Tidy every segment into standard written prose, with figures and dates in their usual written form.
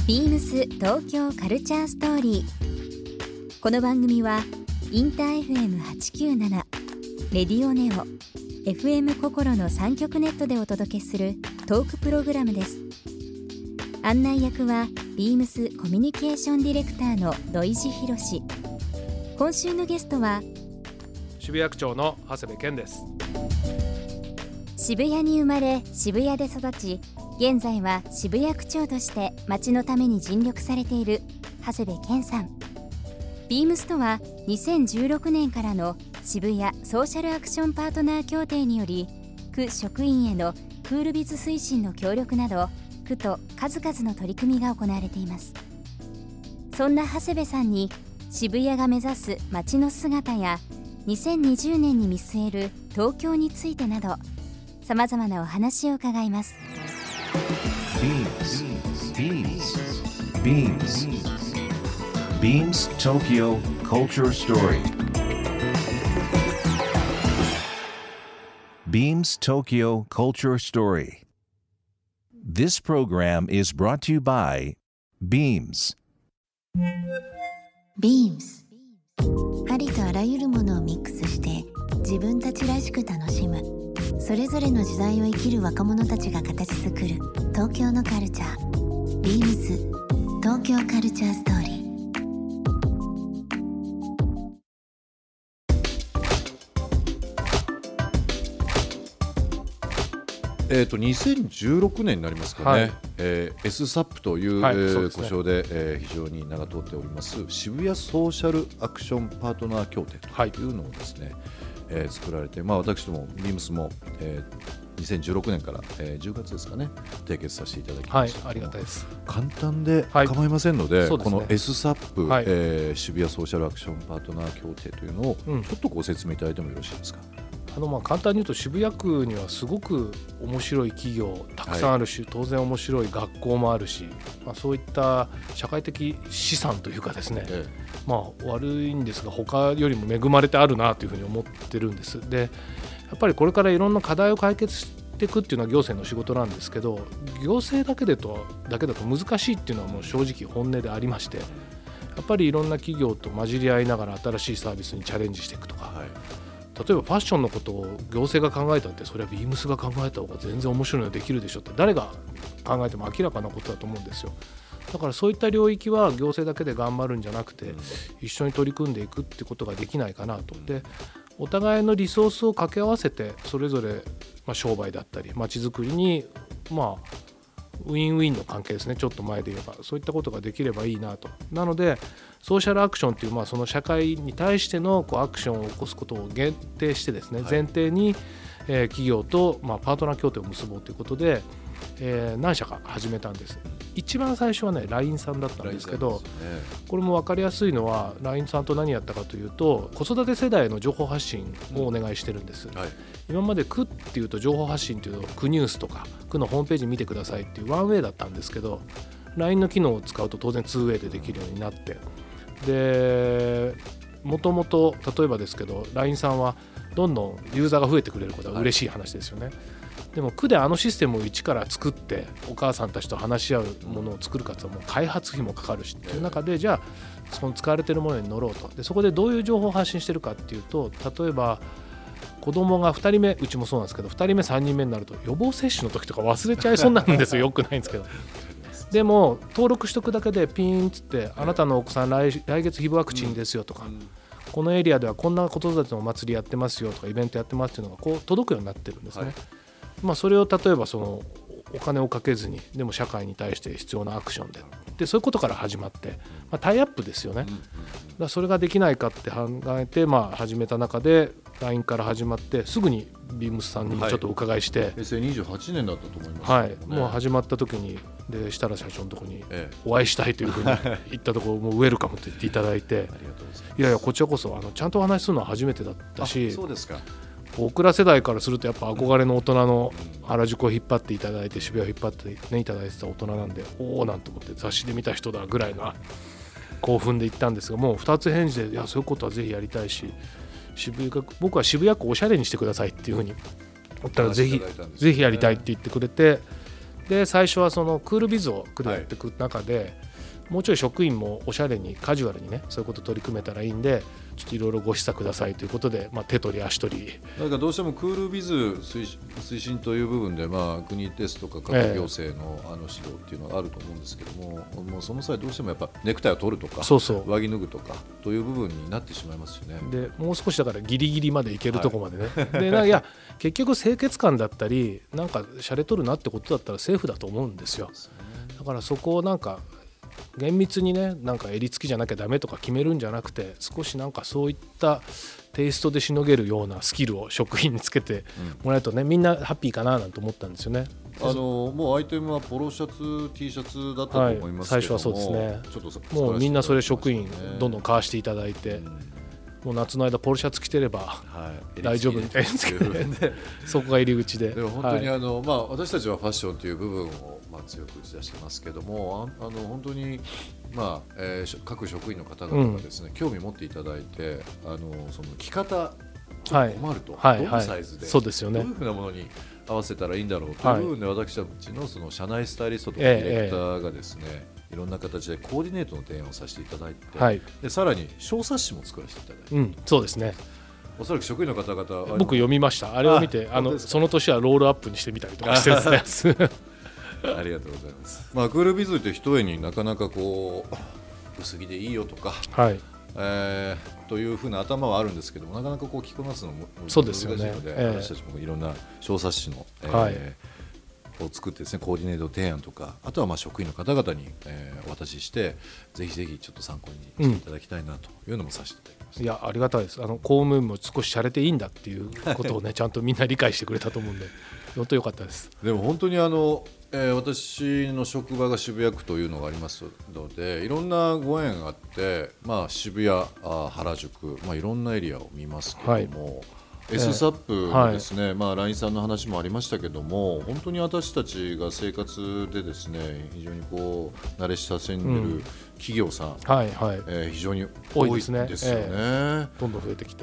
ビームス東京カルチャーストーリー。この番組はインター FM897 レディオネオ FM 心の3極ネットでお届けするトークプログラムです。案内役はビームスコミュニケーションディレクターの土井博志。今週のゲストは渋谷区長の長谷部健です。 渋谷に生まれ渋谷で育ち、現在は渋谷区長として街のために尽力されている長谷部健さん。ビームスとは2016年からの渋谷ソーシャルアクションパートナー協定により、区職員へのクールビズ推進の協力など区と数々の取り組みが行われています。そんな長谷部さんに渋谷が目指す街の姿や2020年に見据える東京についてなどさまざまなお話を伺います。 Beams Tokyo Culture Story. Beams Tokyo Culture Story. This program is brought to you by Beams. Beams ありとあらゆるものをミックスして自分たちらしく楽しむ、それぞれの時代を生きる若者たちが形作る東京のカルチャー。ビームス東京カルチャーストーリー。 2016年になりますかね、 はい、 SSAP という、 はいそうですね、 呼称で、非常に名が通っております渋谷ソーシャルアクションパートナー協定というのをですね、作られて、私どもビームスも、2016年から、10月ですかね締結させていただきました。 はい、ありがたいです。 簡単で構いませんので、 そうですね、 この SSAP、 はい渋谷ソーシャルアクションパートナー協定というのをちょっとご説明いただいてもよろしいですか。 簡単に言うと渋谷区にはすごく面白い企業たくさんあるし、当然面白い学校もあるし、そういった社会的資産というかですね、悪いんですが他よりも恵まれてあるなというふうに思ってるんです。でやっぱりこれからいろんな課題を解決していくっていうのは行政の仕事なんですけど、行政だけだと難しいっていうのはもう正直本音でありまして、やっぱりいろんな企業と混じり合いながら新しいサービスにチャレンジしていくとか、例えばファッションのことを行政が考えたって、それはビームスが考えた方が全然面白いのできるでしょって誰が考えても明らかなことだと思うんですよ。だからそういった領域は行政だけで頑張るんじゃなくて、一緒に取り組んでいくってことができないかなと。でお互いのリソースを掛け合わせてそれぞれ、商売だったり街づくりにウィンウィンの関係ですね。ちょっと前で言えばそういったことができればいいなと。なのでソーシャルアクションという、その社会に対してのアクションを起こすことを限定してですね、前提に、企業と、パートナー協定を結ぼうということで、何社か始めたんです。一番最初はね LINE さんだったんですけど、これも分かりやすいのは LINE さんと何やったかというと、子育て世代の情報発信をお願いしてるんです。今まで区っていうと情報発信っていうと区ニュースとか区のホームページ見てくださいっていうワンウェイだったんですけど、 LINE の機能を使うと当然ツーウェイでできるようになって、でもともと例えばですけど LINE さんはどんどんユーザーが増えてくれることは嬉しい話ですよね。でも区でシステムを一から作ってお母さんたちと話し合うものを作るかつはもう開発費もかかるしっていう中で、じゃあその使われているものに乗ろうと。でそこでどういう情報を発信してるかっていうと、例えば子供が2人目、うちもそうなんですけど2人目3人目になると予防接種の時とか忘れちゃいそうなんですよ。よくないんですけどでも登録しとくだけでピーンつって、あなたのお子さん 来月ヒブワクチンですよとか、このエリアではこんな子育てのお祭りやってますよとかイベントやってますっていうのが届くようになってるんですね。それを例えばそのお金をかけずにでも社会に対して必要なアクションでそういうことから始まって、タイアップですよね。だからそれができないかって考えて、始めた中で LINE から始まって、すぐにビームスさんにもちょっとお伺いして、 平成28年だったと思いますけど、 もう始まった時にで設楽社長のところにお会いしたいというふうに言ったところ、もうウェルカムと言っていただいて、いやこちらこそちゃんとお話しするのは初めてだったし、 そうですか。 僕ら世代からするとやっぱ憧れの大人の原宿を引っ張っていただいて渋谷を引っ張って、いただいてた大人なんで、おおなんて思って雑誌で見た人だぐらいの興奮で行ったんですが、もう2つ返事で、いやそういうことはぜひやりたいし、僕は渋谷区おしゃれにしてくださいっていうふうに言ったら、ぜひやりたいって言ってくれて、 で最初はそのクールビズを区でやっていく中で、もうちょい職員もおしゃれにカジュアルにねそういうこと取り組めたらいいんで、ちょっといろいろご示唆くださいということで、手取り足取りなんかどうしてもクールビズ推進という部分で、国ですとか各行政の指導っていうのがあると思うんですけども、もうその際どうしてもやっぱネクタイを取るとか上着脱ぐとかという部分になってしまいますしね。でもう少しだからギリギリまでいけるところまでね、でいや結局清潔感だったりなんかシャレ取るなってことだったらセーフだと思うんですよ。だからそこをなんか厳密にねなんか襟付きじゃなきゃダメとか決めるんじゃなくて、少しなんかそういったテイストでしのげるようなスキルを職員につけてもらえるとね、みんなハッピーかななんて思ったんですよね。 もうアイテムはポロシャツ T シャツだったと思いますけども、 最初はそうですね。 ちょっともうみんなそれ職員どんどん買わしていただいて、もう夏の間ポロシャツ着てれば大丈夫みたいなそこが入り口で。 でも本当に私たちはファッションという部分を強く打ち出してますけども、本当に各職員の方々がですね、興味持っていただいて、その着方ちょっと困ると、どのサイズでそうですよね、 どういうふうなものに合わせたらいいんだろうという部分で、私たちのその社内スタイリストとかディレクターがですね、いろんな形でコーディネートの提案をさせていただいて、でさらに小冊子も作らせていただいて、 そうですね。 おそらく職員の方々 僕読みました。あれを見てその年はロールアップにしてみたりとかしてですねありがとうございます。クールビズって一重になかなかこう薄着でいいよとか、というふうな頭はあるんですけども、なかなかこう着こなすのも難しいので、私たちもいろんな小冊子の、を作ってですね、コーディネート提案とか、あとは職員の方々に、お渡しして、ぜひぜひちょっと参考にしていただきたいなというのもさせていただきました。 いやありがたいです。公務員も少し洒落ていいんだっていうことをねちゃんとみんな理解してくれたと思うんで本当良かったです。 でも本当に私の職場が渋谷区というのがありますので、いろんなご縁があって、渋谷、原宿、いろんなエリアを見ますけども、S サップのですね、LINE さんの話もありましたけども、本当に私たちが生活でですね、非常にこう慣れ親しんでる企業さん、非常に多いですね。 どんどん増えてきて、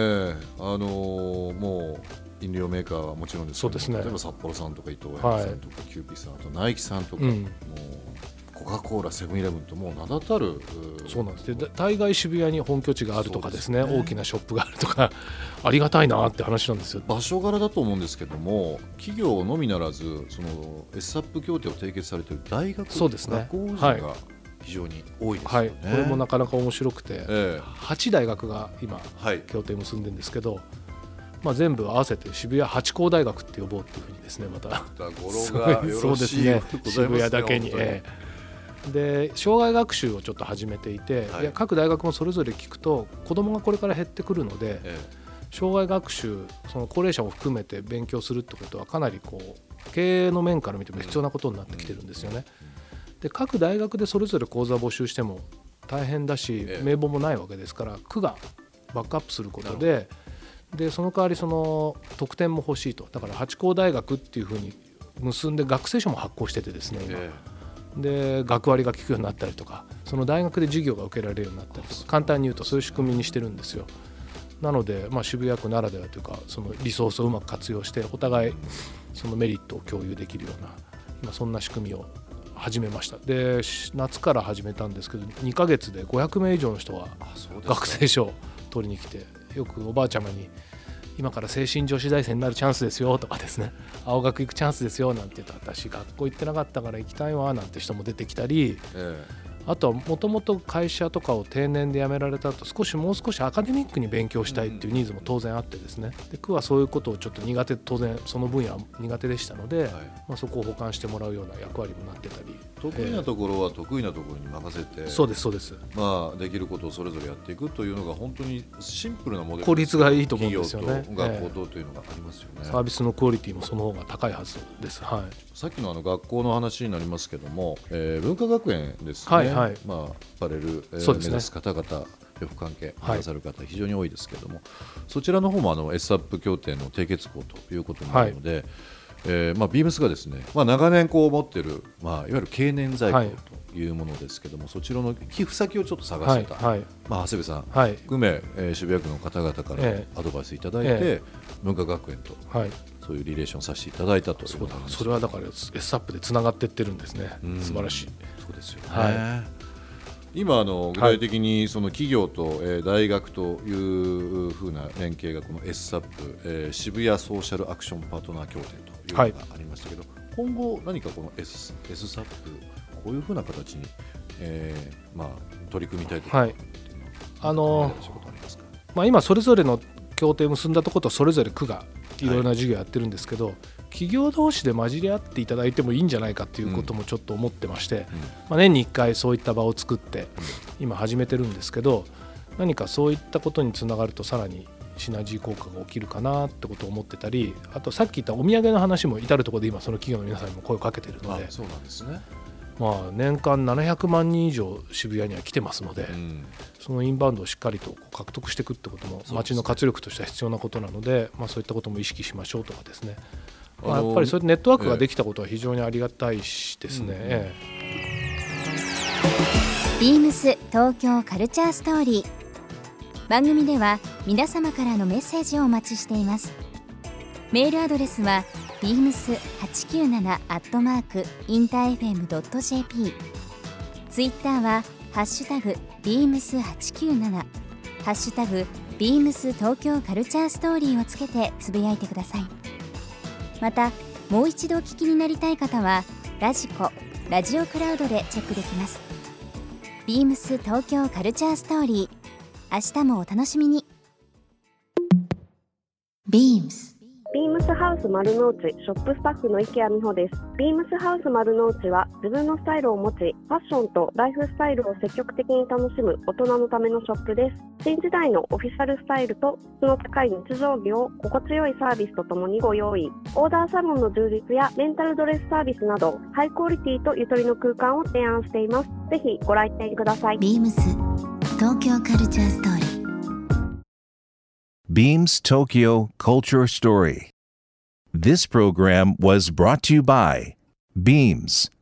もう飲料メーカーはもちろんですけど、例えば札幌さんとか伊藤園さんとか、キューピーさん、あとナイキさんとか、もうコカ・コーラ、セブンイレブンともう名だたる。 そうなんです。で大概渋谷に本拠地があるとかですね、大きなショップがあるとかありがたいなって話なんですよ。 場所柄だと思うんですけども、企業のみならずその S サップ協定を締結されている大学、学校人が非常に多いですよね。 これもなかなか面白くて、8大学が今、協定結んでるんですけど、全部合わせて渋谷八高大学って呼ぼうっていうふうにですね、またそうですね、渋谷だけに。で障害学習をちょっと始めていて、各大学もそれぞれ聞くと子どもがこれから減ってくるので、障害学習、その高齢者も含めて勉強するってことはかなりこう経営の面から見ても必要なことになってきてるんですよね。で各大学でそれぞれ講座を募集しても大変だし、名簿もないわけですから、区がバックアップすることで、その代わりその特典も欲しいと。だから八高大学っていうふうに結んで学生証も発行しててですね、今で学割が効くようになったりとか、その大学で授業が受けられるようになったりとか、簡単に言うとそういう仕組みにしてるんですよ。なので、渋谷区ならではというか、そのリソースをうまく活用してお互いそのメリットを共有できるような、今そんな仕組みを始めました。で夏から始めたんですけど、2ヶ月で500名以上の人が学生証を取りに来て、よくおばあちゃまに今から精神女子大生になるチャンスですよとかですね、青学行くチャンスですよなんて言うと、私学校行ってなかったから行きたいわなんて人も出てきたり、あとはもともと会社とかを定年で辞められた後、もう少しアカデミックに勉強したいっていうニーズも当然あってですね、で区はそういうことをちょっと苦手、当然その分野は苦手でしたので、そこを補完してもらうような役割もなってたり、 得意なところは得意なところに任せて、 そうですそうです、 できることをそれぞれやっていくというのが本当にシンプルなモデル、 効率がいいと思うんですよね。 企業と学校とというのがありますよね。 サービスのクオリティもその方が高いはずです。 さっきの学校の話になりますけども、文化学園ですね、アパレル、目指す方々、洋服関係目指される方、非常に多いですけども、そちらの方もS サップ協定の締結校ということになるので、ビームスがですね、長年こう持っている、いわゆる経年在庫いうものですけども、そちらの寄付先をちょっと探してた、長谷部さん含め、渋谷区の方々からアドバイスいただいて、文化学園と、そういうリレーションさせていただいたということなんです。 それはだから SAP でつながっていってるんですね。素晴らしい。 そうですよね。今具体的にその企業と、大学というふうな連携がこの SAP、渋谷ソーシャルアクションパートナー協定というのがありましたけど、今後何かこの SAP こういうふうな形に、取り組みたいとか、 今それぞれの協定を結んだところとそれぞれ区がいろいろな事業やってるんですけど、企業同士で混じり合っていただいてもいいんじゃないかということもちょっと思ってまして、年に1回そういった場を作って今始めてるんですけど、何かそういったことにつながるとさらにシナジー効果が起きるかなってことを思ってたり、あとさっき言ったお土産の話も至るところで今その企業の皆さんにも声をかけているので、 そうなんですね。 年間700万人以上渋谷には来てますので、そのインバウンドをしっかりと獲得していくってことも街の活力としては必要なことなので、そういったことも意識しましょうとかですね、やっぱりそういったネットワークができたことは非常にありがたいしですね。 ビームス東京カルチャーストーリー、番組では皆様からのメッセージをお待ちしています。メールアドレスはbeams897@interfm.jp、 ツイッターはハッシュタグ beams897、 ハッシュタグ beams 東京カルチャーストーリーをつけてつぶやいてください。またもう一度お聞きになりたい方はラジコ、ラジオクラウドでチェックできます。ビームス東京カルチャーストーリー、明日もお楽しみに。 ビームスビームスハウス丸の内ショップスタッフの池谷美穂です。ビームスハウス丸の内は自分のスタイルを持ち、ファッションとライフスタイルを積極的に楽しむ大人のためのショップです。新時代のオフィシャルスタイルと質の高い日常着を心地よいサービスとともにご用意。オーダーサロンの充実やレンタルドレスサービスなど、ハイクオリティとゆとりの空間を提案しています。ぜひご来店ください。 ビームス東京カルチャーストーリー、 Beams Tokyo Culture Story. This program was brought to you by Beams.